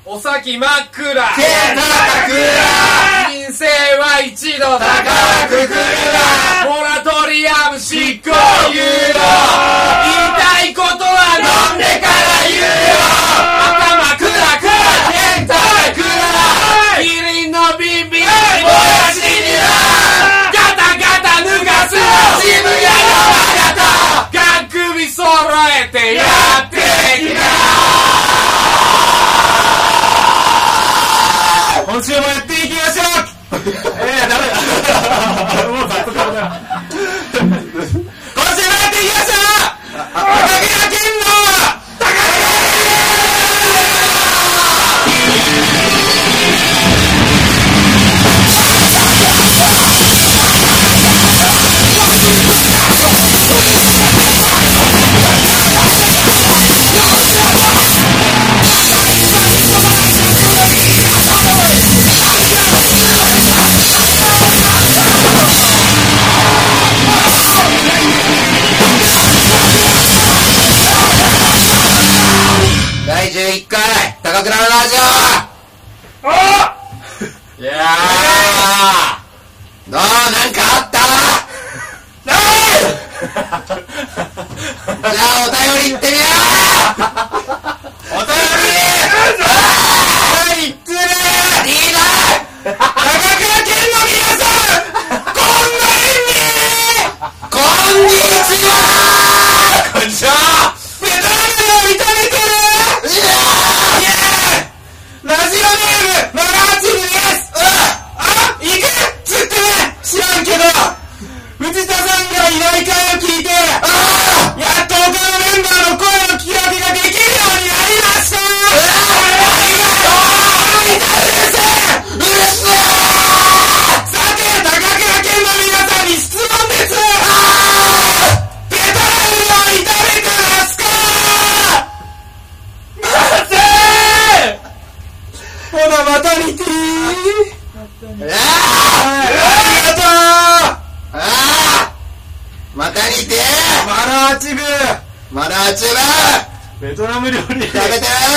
お先真っ暗。 天高く人生は一度高くくるモラトリアム執行猶予。言いたいことは飲んでから言うよ。頭クラクラ天高くキリンのビンビンもやしにはガタガタ抜かす渋谷のあなたが首揃えてやってきな。 今週もやっていきましょう。ダメだ。もうずっとダメだ。今週もやっていきましょう。高木健の高木第11回高倉のラジオ。いやー、どうなんかあったじゃあお便り行ってみよう。お便りいつねリーダー高倉健の皆さん、こんなにこんにちは。こんにちは。ベトナムを認めてるラジオネームマガーチムです。行くっつってね、知らんけど藤田さんがいない回を聞いて、やっと他のメンバーの声の聞き分けができるようになりました。ありがとう。うるせえ。さて高倉健の皆さんに質問です。ベトナムを炒めてますか。ほなマタニティー。ありがとう。マタニティー。マラーチブ。ベトナム料理食べてる。食べてね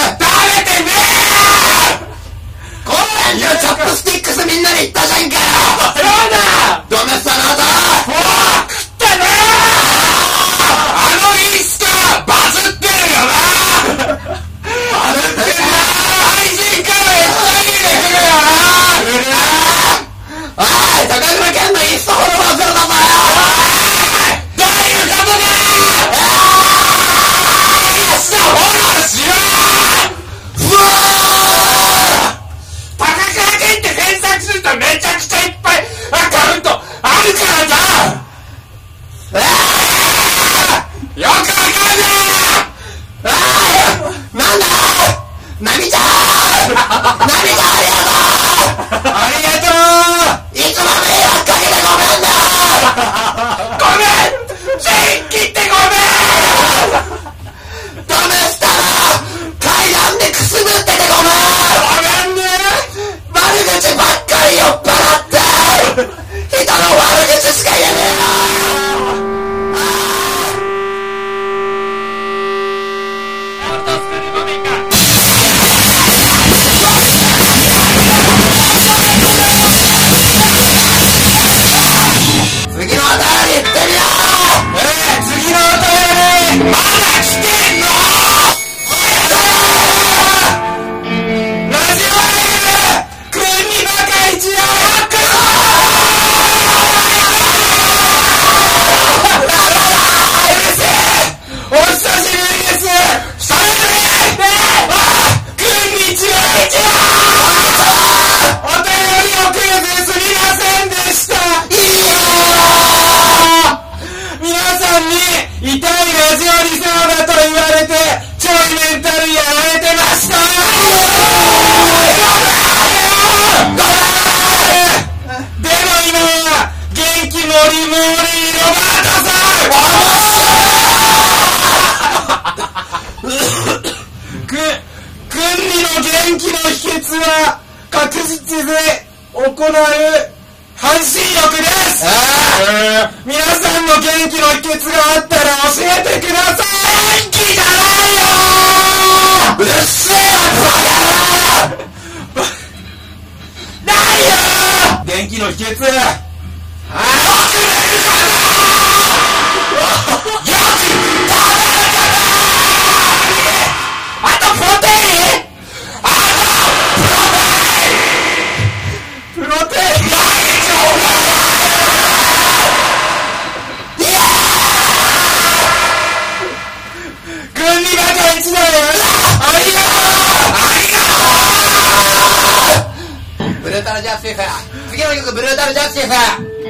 え。こんなんよ、チョップスティックスみんなで言ったじゃんかよ。そうだ。どめさなだ。食ったね。あのインスタバズってるよな。バズってるな。配信からめっちゃいいね来るよな。おい、高倉健のインスタフォロワーゼロだぞ。どういうことだ。インスタフォローしろ。うわ高倉健って検索するとめちゃくちゃいっぱいアカウントあるからさ。よくわかんない。なんだナミちゃん。ナミちゃんありがとう。いつも迷惑かけてごめんな。ごめん。全員切ってごめん。ダメしたら階段でくすぶっててごめん。ごめんね。悪口ばっかり酔っ払って人の悪口しか言えねえよ。次のお便り行ってみよう。次のお便りまだ来てんの。ラジオネームくんにバカ一応お久しぶりです。久しぶり。くんにちは。お便り遅れてすみませんでした。皆さんに痛いラジオリスナーだと言われてちょいメンタルやられてました。でも今は元気もりもりロバートさん。くんにの元気の秘訣は確実で行う半身浴です。皆さんの元気の秘訣があったら教えてください。元気じゃないよ。うっせえわバカ野郎。 の秘訣。あとプロテイン。プロテイン。軍理学園一だよ。ありがとう。 ブルータルジャスティス。次の曲ブルータルジャスティス。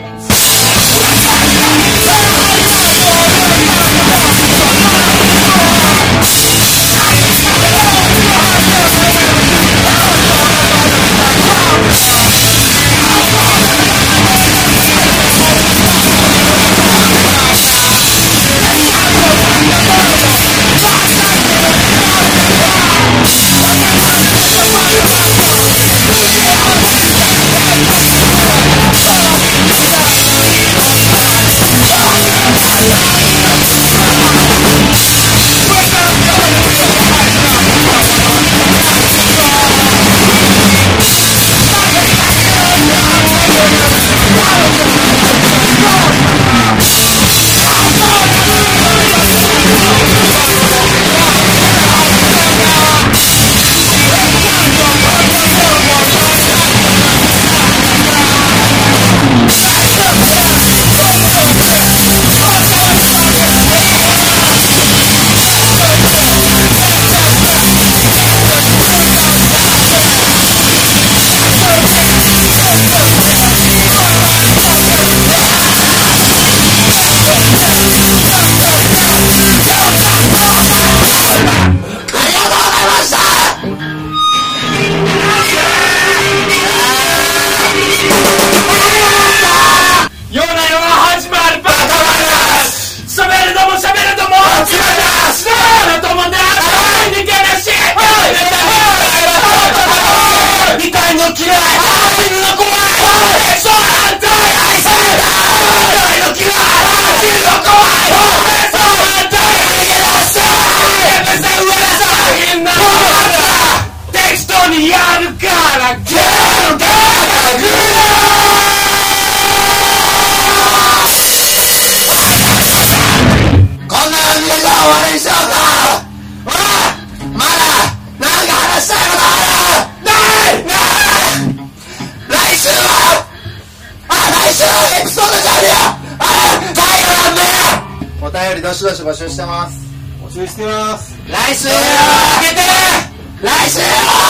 お便りどしどし募集してます。 募集してます。 来週開けて来週